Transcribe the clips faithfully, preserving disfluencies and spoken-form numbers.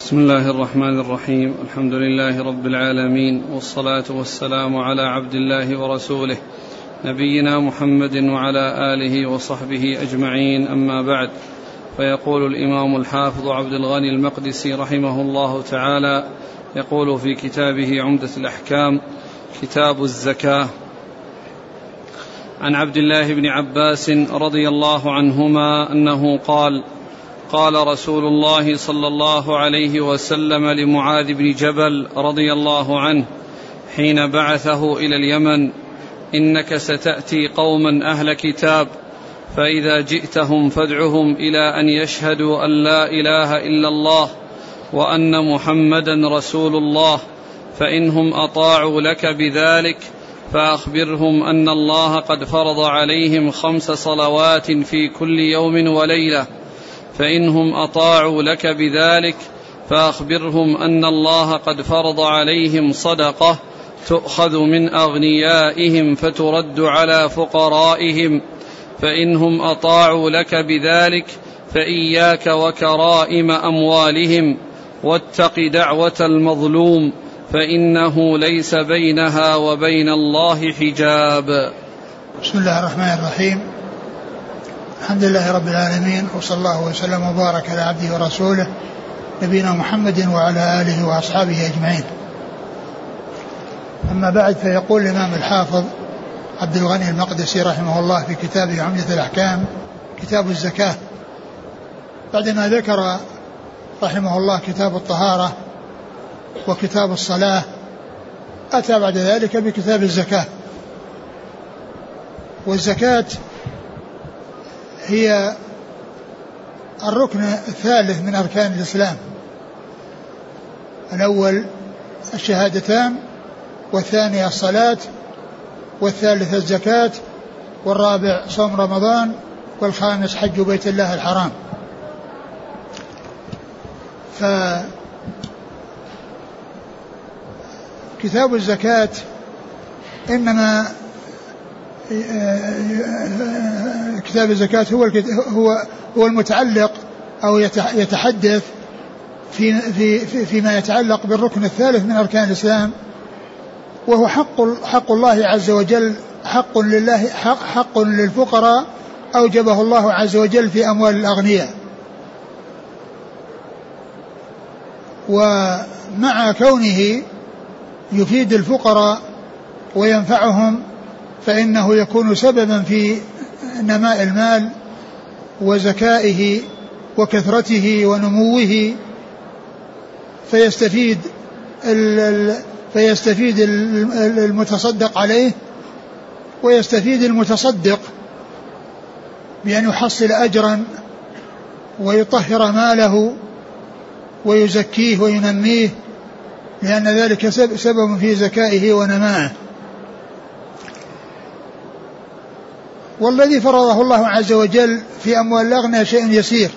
بسم الله الرحمن الرحيم. الحمد لله رب العالمين، والصلاة والسلام على عبد الله ورسوله نبينا محمد وعلى آله وصحبه أجمعين، أما بعد. فيقول الإمام الحافظ عبد الغني المقدسي رحمه الله تعالى، يقول في كتابه عمدة الأحكام كتاب الزكاة: عن عبد الله بن عباس رضي الله عنهما أنه قال: قال رسول الله صلى الله عليه وسلم لمعاذ بن جبل رضي الله عنه حين بعثه إلى اليمن: إنك ستأتي قوما أهل كتاب، فإذا جئتهم فادعهم إلى أن يشهدوا أن لا إله إلا الله وأن محمدا رسول الله، فإنهم أطاعوا لك بذلك فأخبرهم أن الله قد فرض عليهم خمس صلوات في كل يوم وليلة، فإنهم أطاعوا لك بذلك فأخبرهم أن الله قد فرض عليهم صدقة تؤخذ من أغنيائهم فترد على فقرائهم، فإنهم أطاعوا لك بذلك فإياك وكرائم أموالهم، واتق دعوة المظلوم فإنه ليس بينها وبين الله حجاب. بسم الله الرحمن الرحيم. الحمد لله رب العالمين، وصلى الله وسلم وبارك على عبده ورسوله نبينا محمد وعلى آله وأصحابه أجمعين. أما بعد، فيقول الإمام الحافظ عبد الغني المقدسي رحمه الله في كتابه عمدة الأحكام كتاب الزكاة، بعدما ذكر رحمه الله كتاب الطهارة وكتاب الصلاة، أتى بعد ذلك بكتاب الزكاة. والزكاة هي الركن الثالث من أركان الإسلام، الأول الشهادتان، والثاني الصلاة، والثالث الزكاة، والرابع صوم رمضان، والخامس حج بيت الله الحرام. فكتاب الزكاة إنما كتاب الزكاة هو هو هو المتعلق أو يتحدث في في فيما يتعلق بالركن الثالث من أركان الإسلام، وهو حق حق الله عز وجل، حق لله، حق, حق للفقراء أوجبه الله عز وجل في أموال الأغنياء. ومع كونه يفيد الفقراء وينفعهم، فإنه يكون سببا في نماء المال وزكائه وكثرته ونموه، فيستفيد فيستفيد المتصدق عليه، ويستفيد المتصدق بأن يحصل أجرا ويطهر ماله ويزكيه وينميه، لأن ذلك سبب في زكائه ونمائه. والذي فرضه الله عز وجل في أموال الأغنياء شيء يسير،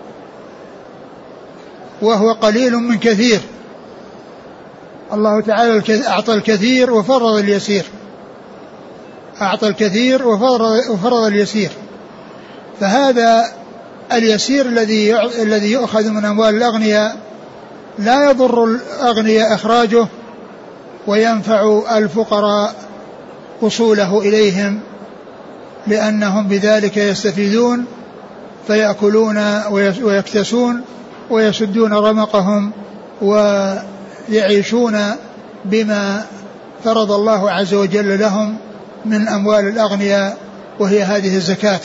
وهو قليل من كثير. الله تعالى أعطى الكثير وفرض اليسير، أعطى الكثير وفرض اليسير. فهذا اليسير الذي الذي يؤخذ من أموال الأغنياء لا يضر الأغنياء إخراجه، وينفع الفقراء وصوله إليهم، لأنهم بذلك يستفيدون فيأكلون ويكتسون ويسدون رمقهم ويعيشون بما فرض الله عز وجل لهم من أموال الأغنياء، وهي هذه الزكاة.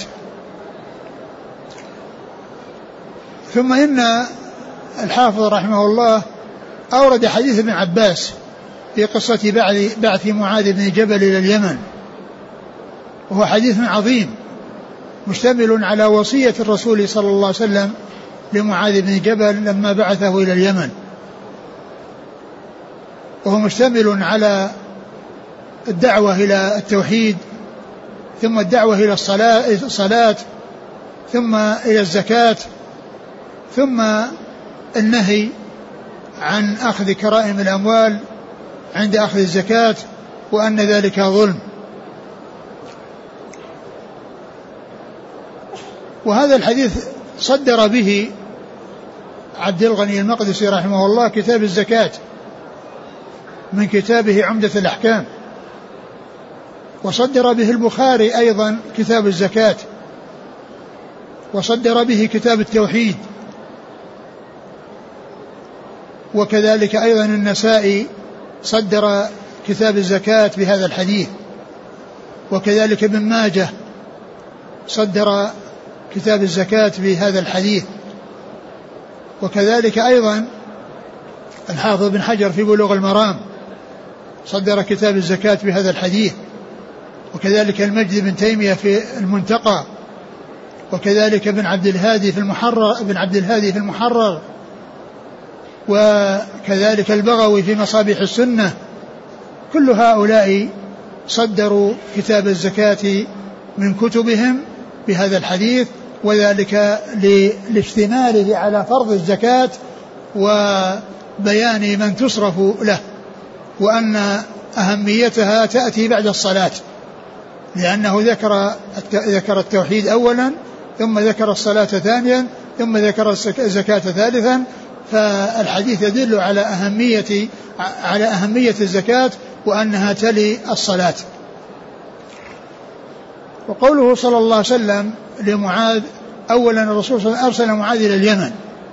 ثم إن الحافظ رحمه الله أورد حديث ابن عباس في قصة بعث معاذ بن جبل إلى اليمن، وهو حديث عظيم مشتمل على وصية الرسول صلى الله عليه وسلم لمعاذ بن جبل لما بعثه إلى اليمن، وهو مشتمل على الدعوة إلى التوحيد، ثم الدعوة إلى الصلاة، ثم إلى الزكاة، ثم النهي عن أخذ كرائم الأموال عند أخذ الزكاة، وأن ذلك ظلم. وهذا الحديث صدر به عبد الغني المقدسي رحمه الله كتاب الزكاة من كتابه عمدة الأحكام، وصدر به البخاري أيضا كتاب الزكاة، وصدر به كتاب التوحيد، وكذلك أيضا النسائي صدر كتاب الزكاة بهذا الحديث، وكذلك ابن ماجه صدر كتاب الزكاة بهذا الحديث، وكذلك أيضا الحافظ بن حجر في بلوغ المرام صدر كتاب الزكاة بهذا الحديث، وكذلك المجد بن تيمية في المنتقى، وكذلك ابن عبد الهادي في المحرر ابن عبد الهادي في المحرر وكذلك البغوي في مصابيح السنة. كل هؤلاء صدروا كتاب الزكاة من كتبهم بهذا الحديث، وذلك لاشتماله على فرض الزكاة وبيان من تصرف له، وأن أهميتها تأتي بعد الصلاة، لأنه ذكر ذكر التوحيد أولا، ثم ذكر الصلاة ثانيا، ثم ذكر الزكاة ثالثا. فالحديث يدل على أهمية على أهمية الزكاة وأنها تلي الصلاة. وقوله صلى الله عليه وسلم لمعاذ، أولا الرسول صلى الله عليه وسلم أرسل معاذ إلى اليمن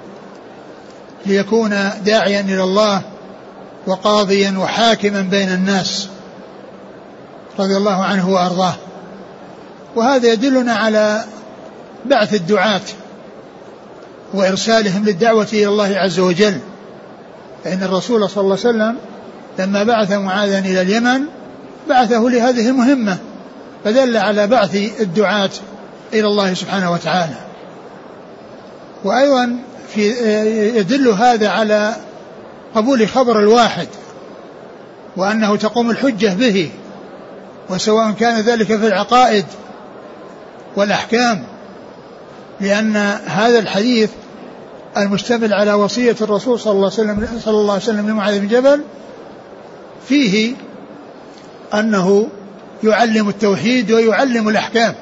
ليكون داعيا إلى الله وقاضيا وحاكما بين الناس رضي الله عنه وأرضاه. وهذا يدلنا على بعث الدعاة وإرسالهم للدعوة إلى الله عز وجل، فإن الرسول صلى الله عليه وسلم لما بعث معاذا إلى اليمن بعثه لهذه المهمة، فدل على بعث الدعاة إلى الله سبحانه وتعالى. وأيضا في يدل هذا على قبول خبر الواحد، وأنه تقوم الحجة به، وسواء كان ذلك في العقائد والأحكام، لأن هذا الحديث المشتمل على وصية الرسول صلى الله عليه وسلم صلى الله عليه وسلم لمعاذ بن جبل فيه أنه يعلم التوحيد ويعلم الأحكام،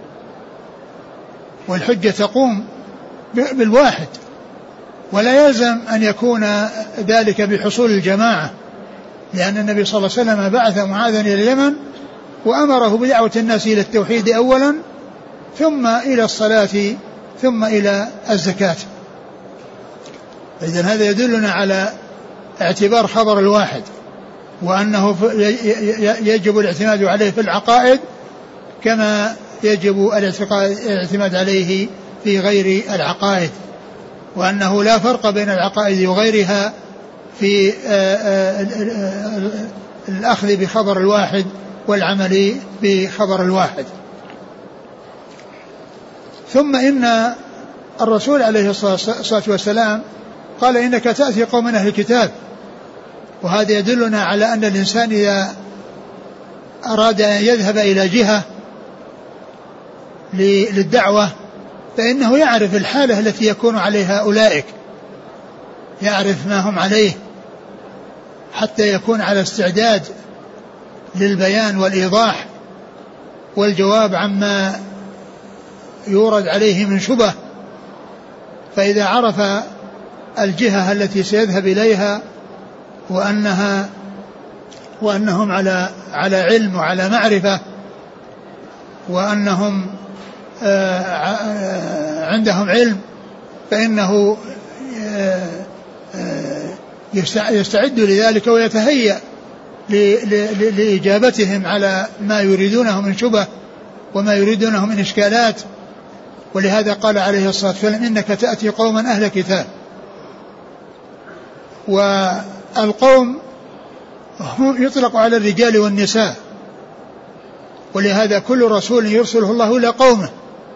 والحجة تقوم بالواحد، ولا يلزم أن يكون ذلك بحصول الجماعة، لأن النبي صلى الله عليه وسلم بعث معاذا إلى اليمن وأمره بدعوة الناس إلى التوحيد أولا، ثم إلى الصلاة، ثم إلى الزكاة. إذن هذا يدلنا على اعتبار خبر الواحد، وأنه يجب الاعتماد عليه في العقائد كما يجب الاعتماد عليه في غير العقائد، وأنه لا فرق بين العقائد وغيرها في الأخذ بخبر الواحد والعمل بخبر الواحد. ثم إن الرسول عليه الصلاة والسلام قال إنك تأتي قوم أهل الكتاب، وهذا يدلنا على أن الإنسان إذا أراد أن يذهب إلى جهة للدعوة فإنه يعرف الحالة التي يكون عليها أولئك، يعرف ما هم عليه حتى يكون على استعداد للبيان والإيضاح والجواب عما يورد عليه من شبه. فإذا عرف الجهة التي سيذهب إليها وأنها وأنهم على على علم وعلى معرفة، وأنهم عندهم علم، فإنه يستعد لذلك ويتهيأ لإجابتهم على ما يريدونه من شبه وما يريدونه من إشكالات. ولهذا قال عليه الصلاة والسلام إنك تأتي قوما أهل كتاب. والقوم يطلق على الرجال والنساء، ولهذا كل رسول يرسله الله إلى قومه،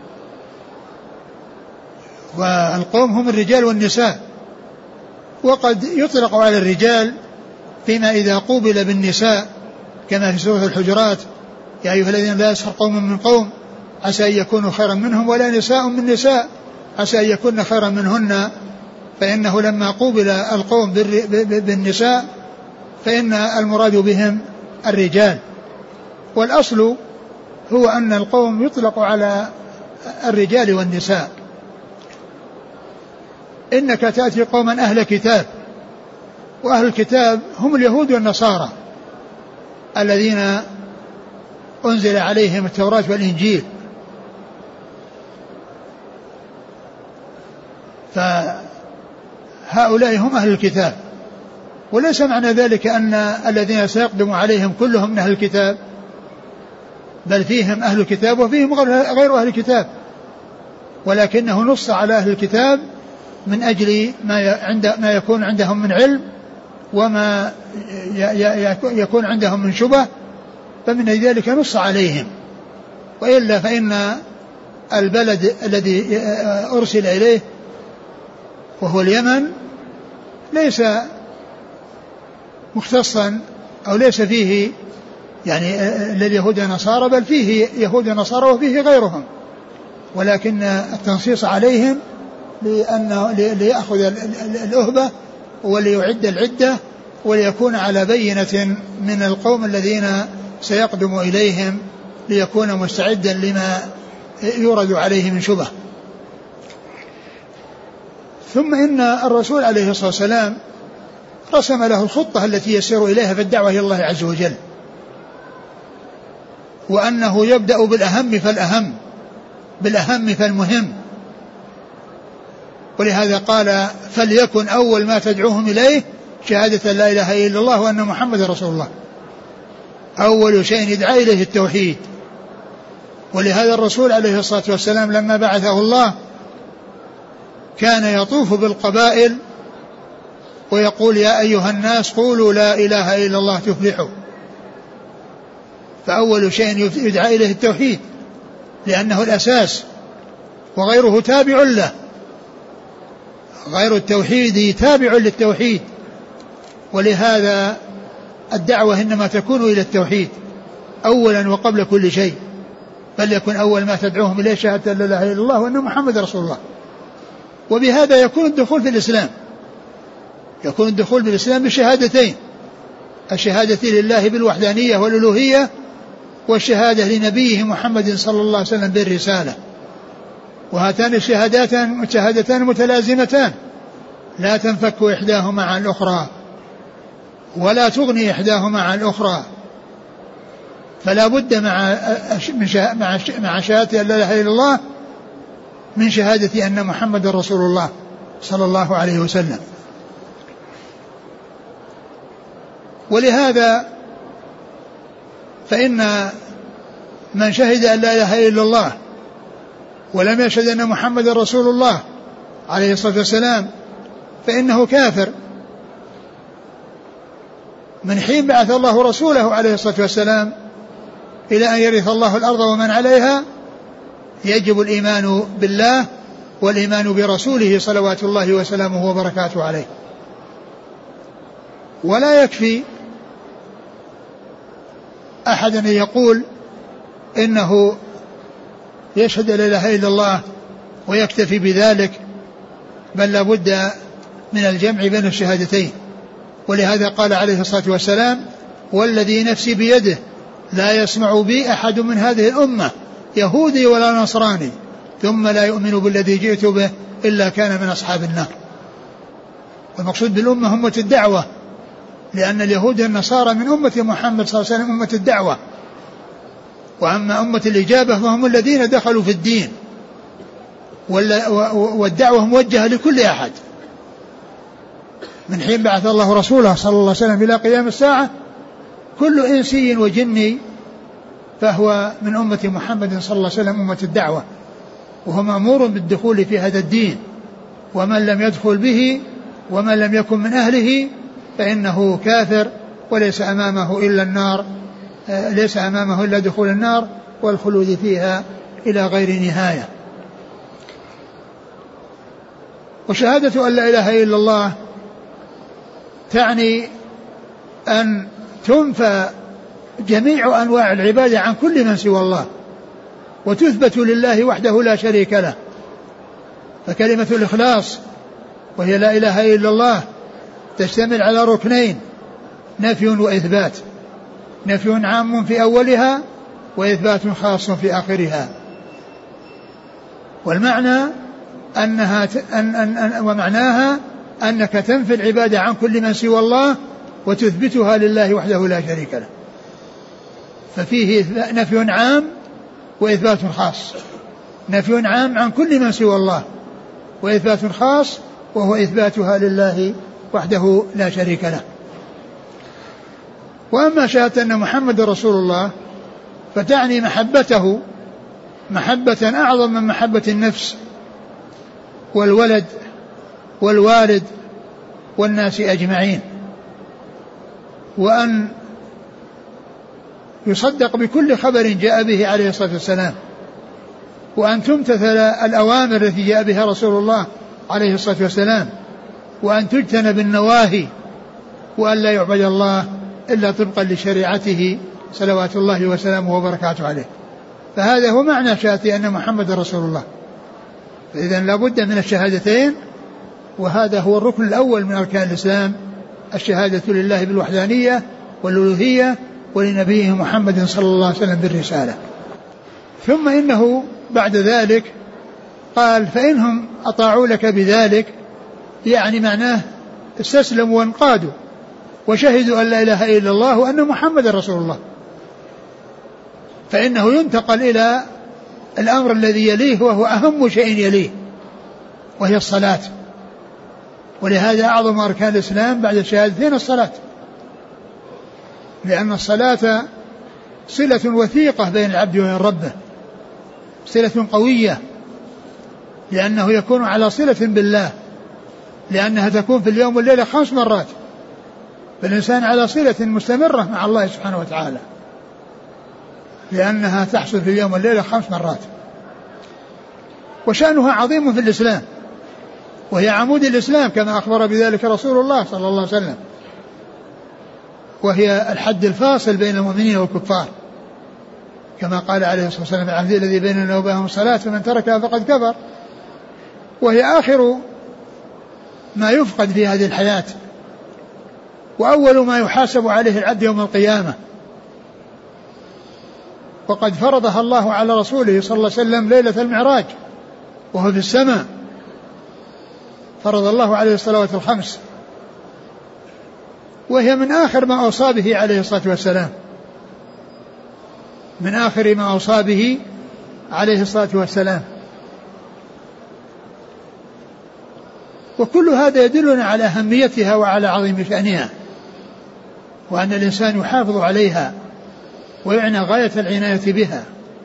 والقوم هم الرجال والنساء. وقد يطلق على الرجال فيما إذا قوبل بالنساء كما في سورة الحجرات يا أيها الذين لا يسخر قوم من قوم عسى أن يكونوا خيرا منهم ولا نساء من نساء عسى أن يكون خيرا منهن، فإنه لما قوبل القوم بالنساء فإن المراد بهم الرجال. والأصل هو أن القوم يطلق على الرجال والنساء. إنك تأتي قوما أهل كتاب، وأهل الكتاب هم اليهود والنصارى الذين أنزل عليهم التوراة والإنجيل. فهؤلاء هم أهل الكتاب، وليس معنى ذلك أن الذين سيقدم عليهم كلهم من أهل الكتاب، بل فيهم أهل الكتاب وفيهم غير أهل الكتاب، ولكنه نص على أهل الكتاب من أجل ما عند ما يكون عندهم من علم وما يكون عندهم من شبه، فمن ذلك نص عليهم. وإلا فإن البلد الذي أرسل إليه وهو اليمن ليس مختصا أو ليس فيه يعني لليهود والنصارى، بل فيه يهود ونصارى وفيه غيرهم، ولكن التنصيص عليهم لأنه ليأخذ الأهبة وليعد العدة وليكون على بينة من القوم الذين سيقدم إليهم، ليكون مستعدا لما يورد عليه من شبه. ثم إن الرسول عليه الصلاة والسلام رسم له الخطة التي يسير إليها في الدعوة إلى الله عز وجل، وأنه يبدأ بالأهم فالأهم، بالأهم فالمهم. ولهذا قال فليكن أول ما تدعوهم إليه شهادة لا إله إلا الله وأن محمد رسول الله. أول شيء يدعى إليه التوحيد. ولهذا الرسول عليه الصلاة والسلام لما بعثه الله كان يطوف بالقبائل ويقول يا أيها الناس قولوا لا إله إلا الله تفلحوا. فأول شيء يدعى إليه التوحيد لأنه الأساس، وغيره تابع له، غير التوحيد تابع للتوحيد. ولهذا الدعوة إنما تكون إلى التوحيد أولا وقبل كل شيء، بل يكون أول ما تدعوهم إليه شهادة لا إله إلا الله وأن محمد رسول الله. وبهذا يكون الدخول في الإسلام، يكون الدخول في الإسلام بالشهادتين، الشهادة لله بالوحدانية والألوهية، والشهادة لنبيه محمد صلى الله عليه وسلم بالرسالة. وهاتان الشهادتان شهادتان متلازمتان لا تنفك إحداهما عن الأخرى ولا تغني إحداهما عن الأخرى، فلا بد مع مع شهادة لا إله إلا الله من شهادة أن محمد رسول الله صلى الله عليه وسلم. ولهذا فإن من شهد أن لا إله إلا الله ولم يشهد أن محمد رسول الله عليه الصلاة والسلام فإنه كافر من حين بعث الله رسوله عليه الصلاة والسلام إلى أن يرث الله الأرض ومن عليها. يجب الإيمان بالله والإيمان برسوله صلوات الله وسلامه وبركاته عليه. ولا يكفي أحد أن يقول إنه يشهد لا إله إلا الله ويكتفي بذلك، بل لابد من الجمع بين الشهادتين. ولهذا قال عليه الصلاة والسلام والذي نفسي بيده لا يسمع بي أحد من هذه الأمة يهودي ولا نصراني ثم لا يؤمن بالذي جئت به إلا كان من أصحاب النار. والمقصود بالأمة أمة الدعوة، لأن اليهود والنصارى من أمة محمد صلى الله عليه وسلم أمة الدعوة، وأما أمة الإجابة فهم الذين دخلوا في الدين، والدعوة موجهة لكل أحد من حين بعث الله رسوله صلى الله عليه وسلم إلى قيام الساعة. كل إنسي وجني فهو من أمة محمد صلى الله عليه وسلم أمة الدعوة، وهو مأمور بالدخول في هذا الدين، ومن لم يدخل به ومن لم يكن من أهله فإنه كافر وليس أمامه إلا النار، ليس أمامه إلا دخول النار والخلود فيها إلى غير نهاية. وشهادة أن لا إله إلا الله تعني أن تنفى جميع أنواع العبادة عن كل من سوى الله وتثبت لله وحده لا شريك له. فكلمة الإخلاص وهي لا إله إلا الله تشتمل على ركنين، نفي وإثبات، نفي عام في أولها وإثبات خاص في آخرها. والمعنى أنها أن أن أن ومعناها أنك تنفي العبادة عن كل من سوى الله وتثبتها لله وحده لا شريك له. ففيه نفي عام وإثبات خاص. نفي عام عن كل من سوى الله، وإثبات خاص وهو إثباتها لله وحده لا شريك له. وأما شهادة أن محمد رسول الله فتعني محبته محبة أعظم من محبة النفس والولد والوالد والناس أجمعين، وأن يصدق بكل خبر جاء به عليه الصلاة والسلام، وأن تمتثل الأوامر التي جاء بها رسول الله عليه الصلاة والسلام، وأن تجتنب النواهي، وأن لا يعبد الله إلا طبقا لشريعته صلوات الله وسلامه وبركاته عليه. فهذا هو معنى شهادة أن محمد رسول الله. فإذا لا بد من الشهادتين، وهذا هو الركن الأول من أركان الإسلام، الشهادة لله بالوحدانية والألوهية ولنبيه محمد صلى الله عليه وسلم بالرسالة. ثم إنه بعد ذلك قال فإنهم أطاعوا لك بذلك، يعني معناه استسلموا وانقادوا وشهدوا أن لا إله إلا الله وأن محمد رسول الله، فإنه ينتقل إلى الأمر الذي يليه وهو أهم شيء يليه، وهي الصلاة. ولهذا أعظم أركان الإسلام بعد الشهادتين الصلاة، لأن الصلاة صلة وثيقة بين العبد وبين ربه، صلة قوية، لأنه يكون على صلة بالله، لأنها تكون في اليوم والليلة خمس مرات، فالإنسان على صلة مستمرة مع الله سبحانه وتعالى، لأنها تحصل في اليوم والليلة خمس مرات. وشأنها عظيم في الإسلام، وهي عمود الإسلام كما أخبر بذلك رسول الله صلى الله عليه وسلم، وهي الحد الفاصل بين المؤمنين والكفار، كما قال عليه الصلاة والسلام العهد الذي بيننا وبينهم الصلاة فمن تركها فقد كفر. وهي آخر ما يفقد في هذه الحياة، وأول ما يحاسب عليه العبد يوم القيامة، وقد فرضها الله على رسوله صلى الله عليه وسلم ليلة المعراج وهو في السماء، فرض الله عليه الصلوات الخمس، وهي من آخر ما أوصى به عليه الصلاة والسلام، من آخر ما أوصى به عليه الصلاة والسلام. وكل هذا يدلنا على أهميتها وعلى عظيم شأنها، وأن الإنسان يحافظ عليها ويعنى غاية العناية بها.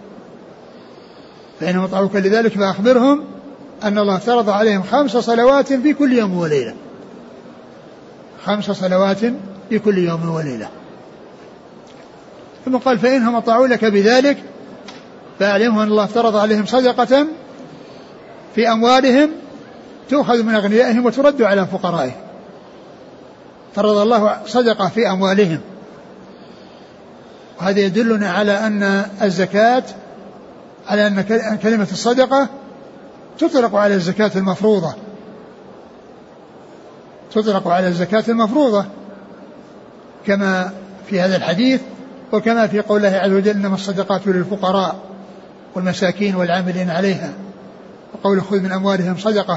فإنهم أطاعوك لذلك فأخبرهم أن الله افترض عليهم خمس صلوات في كل يوم وليلة، خمس صلوات في كل يوم وليلة. ثم قال فإنهم أطاعوا لك بذلك فأعلمهم أن الله افترض عليهم صدقة في أموالهم تؤخذ من أغنيائهم وترد على فقرائهم. فرض الله صدقة في أموالهم، وهذا يدلنا على أن الزكاة، على أن كلمة الصدقة تطلق على الزكاة المفروضة، تطلق على الزكاة المفروضة كما في هذا الحديث، وكما في قول الله عز وجل إنما الصدقات للفقراء والمساكين والعاملين عليها، وقول خذ من أموالهم صدقة.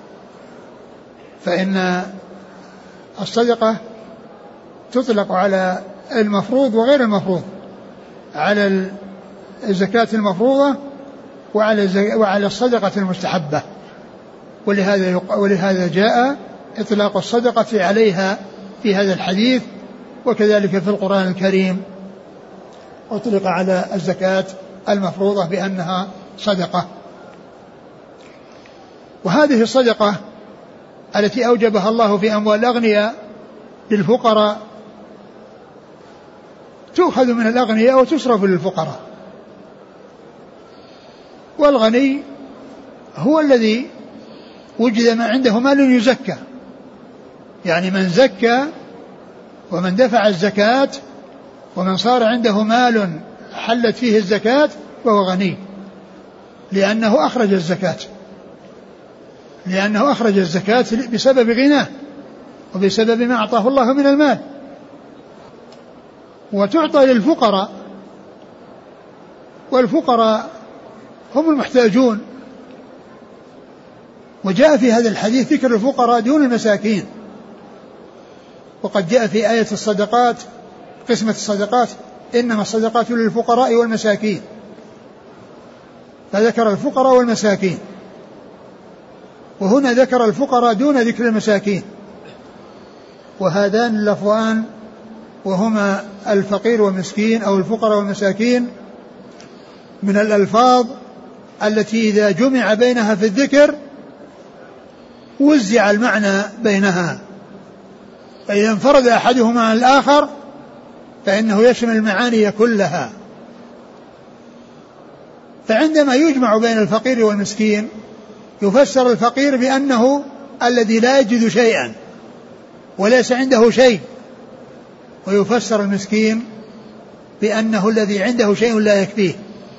فإن الصدقة تطلق على المفروض وغير المفروض، على الزكاة المفروضة وعلى وعلى الصدقة المستحبة. ولهذا ولهذا جاء إطلاق الصدقة عليها في هذا الحديث، وكذلك في القرآن الكريم أطلق على الزكاة المفروضة بأنها صدقة. وهذه الصدقة التي أوجبها الله في أموال الأغنياء للفقراء تؤخذ من الأغنياء وتصرف للفقراء. والغني هو الذي وجد ما عنده مال يزكى، يعني من زكى ومن دفع الزكاة ومن صار عنده مال حلت فيه الزكاة فهو غني، لأنه أخرج الزكاة لأنه أخرج الزكاة بسبب غناه وبسبب ما أعطاه الله من المال. وتعطى للفقراء، والفقراء هم المحتاجون وجاء في هذا الحديث ذكر الفقراء دون المساكين. وقد جاء في آية الصدقات قسمة الصدقات إنما الصدقات للفقراء والمساكين، فذكر الفقراء والمساكين، وهنا ذكر الفقراء دون ذكر المساكين. وهذان اللفظان وهما الفقير والمسكين أو الفقراء والمساكين من الألفاظ التي إذا جمع بينها في الذكر وزع المعنى بينها، فإذا انفرد أحدهما عن الآخر فإنه يشمل المعاني كلها. فعندما يجمع بين الفقير والمسكين يفسر الفقير بأنه الذي لا يجد شيئا وليس عنده شيء، ويفسر المسكين بأنه الذي عنده شيء لا يكفيه،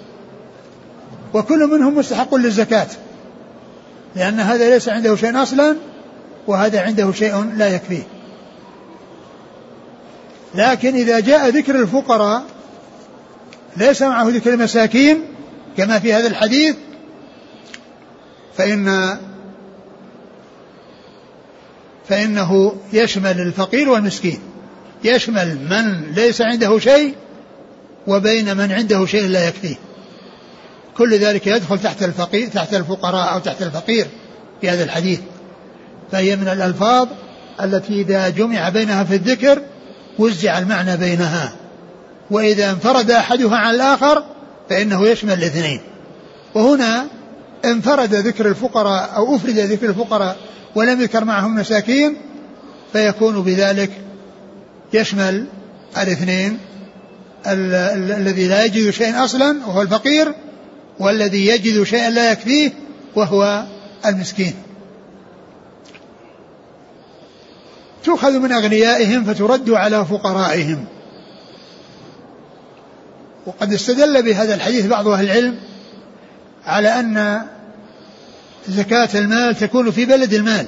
وكل منهم مستحق للزكاة، لأن هذا ليس عنده شيء أصلا وهذا عنده شيء لا يكفيه. لكن إذا جاء ذكر الفقراء ليس معه ذكر المساكين كما في هذا الحديث، فإن فإنه يشمل الفقير والمسكين، يشمل من ليس عنده شيء وبين من عنده شيء لا يكفيه، كل ذلك يدخل تحت الفقير تحت الفقراء أو تحت الفقير في هذا الحديث. فهي من الألفاظ التي إذا جمع بينها في الذكر وزع المعنى بينها، وإذا انفرد أحدها عن الآخر فإنه يشمل الاثنين. وهنا انفرد ذكر الفقراء أو أفرد ذكر الفقراء ولم يذكر معهم مساكين، فيكون بذلك يشمل الاثنين، ال- ال- الذي لا يجد شيئا أصلا وهو الفقير، والذي يجد شيئا لا يكفيه وهو المسكين. تؤخذ من أغنيائهم فترد على فقرائهم. وقد استدل بهذا الحديث بعض أهل العلم على أن زكاة المال تكون في بلد المال،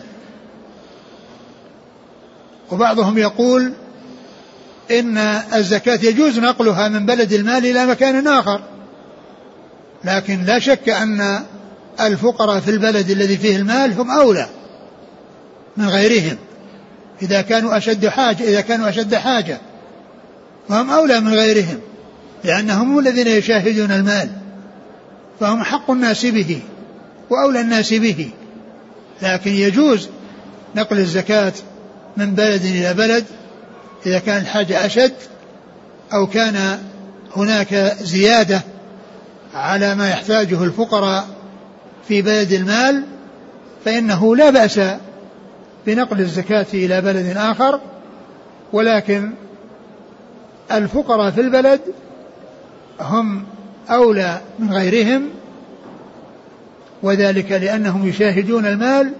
وبعضهم يقول إن الزكاة يجوز نقلها من بلد المال إلى مكان آخر، لكن لا شك أن الفقراء في البلد الذي فيه المال هم أولى من غيرهم، إذا كانوا أشد حاجة إذا كانوا أشد حاجة فهم أولى من غيرهم، لأنهم الذين يشاهدون المال، فهم حق الناس به وأولى الناس به. لكن يجوز نقل الزكاة من بلد إلى بلد إذا كان الحاجة أشد أو كان هناك زيادة على ما يحتاجه الفقراء في بلد المال، فإنه لا بأس بنقل الزكاة إلى بلد آخر. ولكن الفقراء في البلد هم أولى من غيرهم، وذلك لأنهم يشاهدون المال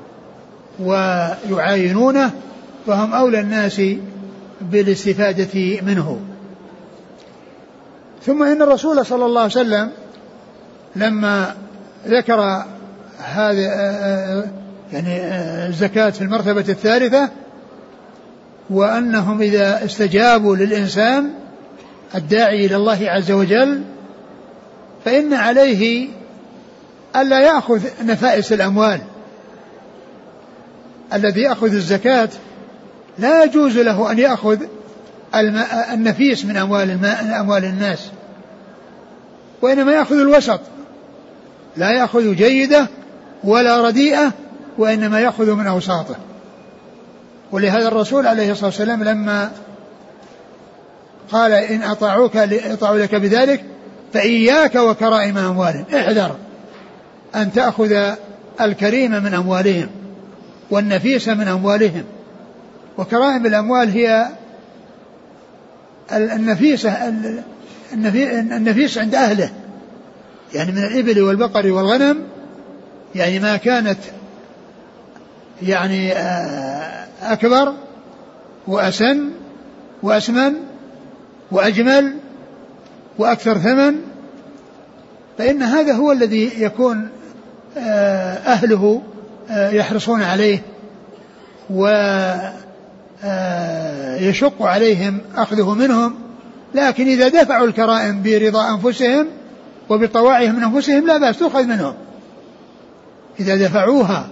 ويعاينونه، فهم أولى الناس بالاستفادة منه. ثم إن الرسول صلى الله عليه وسلم لما ذكر هذا يعني الزكاة في المرتبة الثالثة، وأنهم إذا استجابوا للإنسان الداعي إلى الله عز وجل فإن عليه ألا يأخذ نفائس الأموال. الذي يأخذ الزكاة لا يجوز له أن يأخذ النفيس من أموال, أموال الناس، وإنما يأخذ الوسط، لا يأخذ جيدة ولا رديئة، وإنما يأخذ من أوساطه. ولهذا الرسول عليه الصلاة والسلام لما قال إن أطاعوك أطاعوا لك بذلك فإياك وكرائم أموالهم، احذر أن تأخذ الكريم من أموالهم والنفيس من أموالهم. وكرائم الأموال هي النفيسة النفيس عند أهله، يعني من الإبل والبقر والغنم، يعني ما كانت يعني أكبر وأسن وأسمن وأجمل وأكثر ثمن، فإن هذا هو الذي يكون أهله يحرصون عليه ويشق عليهم أخذه منهم. لكن إذا دفعوا الكرائم برضا أنفسهم وبطواعهم من أنفسهم لا بأس تأخذ منهم، إذا دفعوها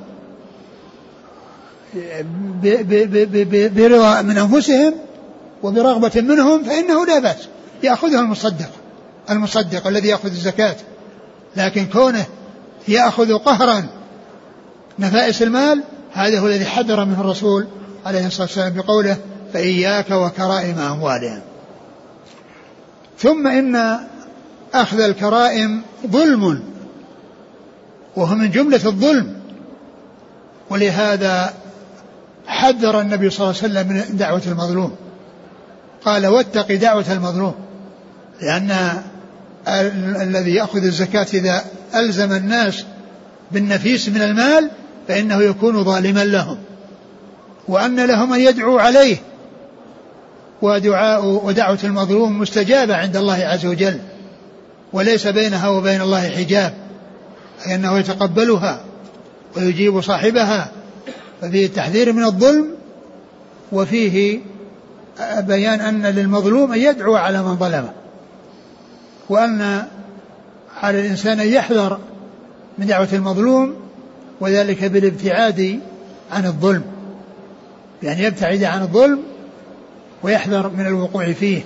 برضا من أنفسهم وبرغبة منهم فإنه لا بأس يأخذها المصدق المصدق الذي يأخذ الزكاة. لكن كونه يأخذ قهرا نفائس المال هذا هو الذي حذر منه الرسول عليه الصلاة والسلام بقوله فإياك وكرائم أموالهم. ثم إن أخذ الكرائم ظلم وهو من جملة الظلم، ولهذا حذر النبي صلى الله عليه وسلم من دعوة المظلوم، قال واتق دعوة المظلوم، لأن الذي يأخذ الزكاة إذا ألزم الناس بالنفيس من المال فإنه يكون ظالما لهم، وأن لهم أن يدعوا عليه، ودعاء ودعوة المظلوم مستجابة عند الله عز وجل وليس بينها وبين الله حجاب، أي أنه يتقبلها ويجيب صاحبها. ففيه التحذير من الظلم وفيه بيان أن للمظلوم أن يدعو على من ظلمه، وأن على الإنسان أن يحذر من دعوة المظلوم وذلك بالابتعاد عن الظلم، يعني يبتعد عن الظلم ويحذر من الوقوع فيه،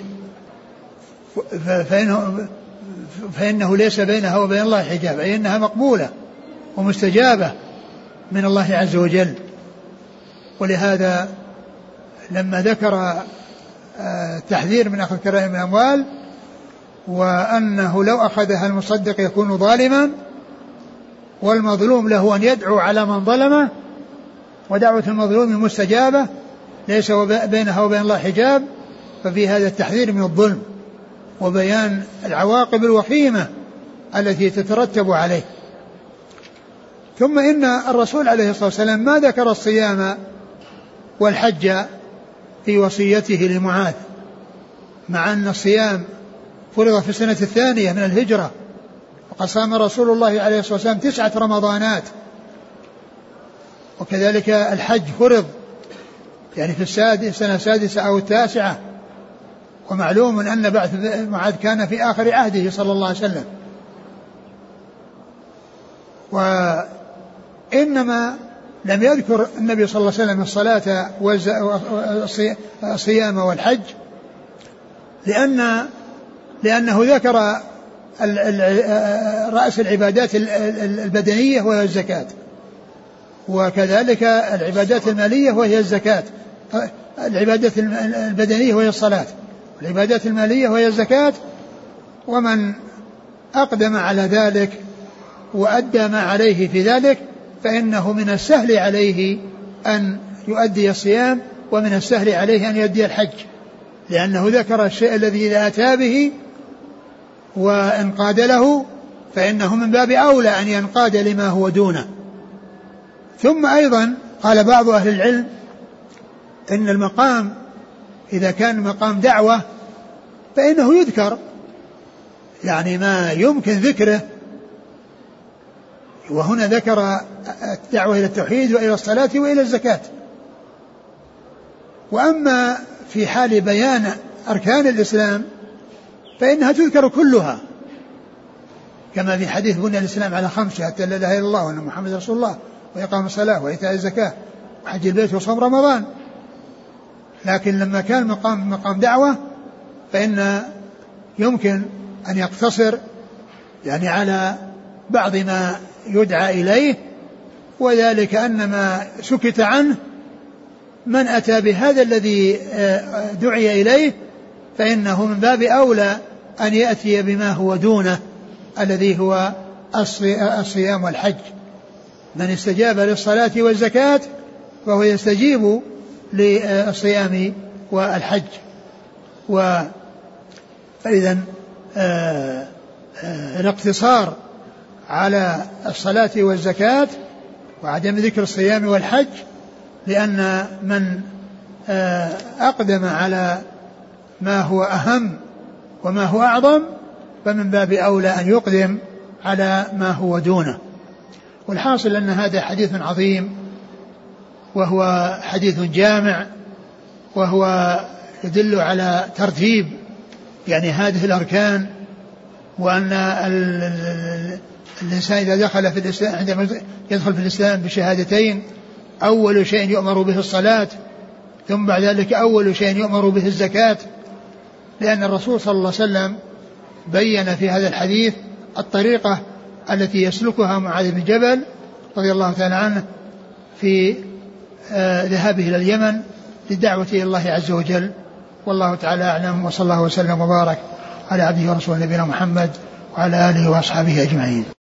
فإنه, فإنه ليس بينها وبين الله حجاب، أي أنها مقبولة ومستجابة من الله عز وجل. ولهذا لما ذكر التحذير من أخذ كرائم الأموال وأنه لو أخذها المصدق يكون ظالما، والمظلوم له أن يدعو على من ظلمه، ودعوة المظلوم مستجابة ليس بينها وبين الله حجاب، ففي هذا التحذير من الظلم وبيان العواقب الوخيمة التي تترتب عليه. ثم إن الرسول عليه الصلاة والسلام ما ذكر الصيام والحج في وصيته لمعاذ، مع أن الصيام فرض في السنة الثانية من الهجرة، وقد صام رسول الله عليه الصلاة والسلام تسعة رمضانات، وكذلك الحج فرض يعني في السنة السادسة أو التاسعة، ومعلوم أن بعث معاذ كان في آخر عهده صلى الله عليه وسلم. وإنما لم يذكر النبي صلى الله عليه وسلم الصلاة والصيام والحج لأن لأنه ذكر رأس العبادات البدنية وهي الزكاة، وكذلك العبادات المالية وهي الزكاة، العبادات البدنية وهي الصلاة، العبادات المالية وهي الزكاة. ومن أقدم على ذلك وأدى ما عليه في ذلك فإنه من السهل عليه أن يؤدي الصيام، ومن السهل عليه أن يؤدي الحج، لأنه ذكر الشيء الذي إذا أتى به وانقاد له فإنه من باب أولى أن ينقاد لما هو دونه. ثم أيضا قال بعض أهل العلم إن المقام إذا كان مقام دعوة فإنه يذكر يعني ما يمكن ذكره، وهنا ذكر الدعوة إلى التوحيد وإلى الصلاة وإلى الزكاة. وأما في حال بيان أركان الإسلام فإنها تذكر كلها، كما في حديث بني الإسلام على خمسة حتى لا إله إلا الله وأن محمد رسول الله وإقام الصلاة وإيتاء الزكاة وحج البيت وصوم رمضان. لكن لما كان مقام مقام دعوة فإن يمكن أن يقتصر يعني على بعض ما يدعى إليه، وذلك أن ما سكت عنه من أتى بهذا الذي دعي إليه فإنه من باب أولى أن يأتي بما هو دونه الذي هو الصيام والحج. من استجاب للصلاة والزكاة فهو يستجيب للصيام والحج. فإذا الاقتصار على الصلاة والزكاة وعدم ذكر الصيام والحج لأن من أقدم على ما هو أهم وما هو أعظم فمن باب أولى أن يقدم على ما هو دونه. والحاصل أن هذا حديث عظيم وهو حديث جامع، وهو يدل على ترتيب يعني هذه الأركان، وأن الإنسان إذا دخل في الإسلام عندما يدخل في الإسلام بشهادتين أول شيء يؤمر به الصلاة، ثم بعد ذلك أول شيء يؤمر به الزكاة، لأن الرسول صلى الله عليه وسلم بين في هذا الحديث الطريقة التي يسلكها معاذ بن جبل رضي الله تعالى عنه في آه ذهابه إلى اليمن للدعوة إلى الله عز وجل. والله تعالى أعلم، وصلى الله وسلم وبارك على عبده ورسوله نبينا محمد وعلى آله وأصحابه أجمعين.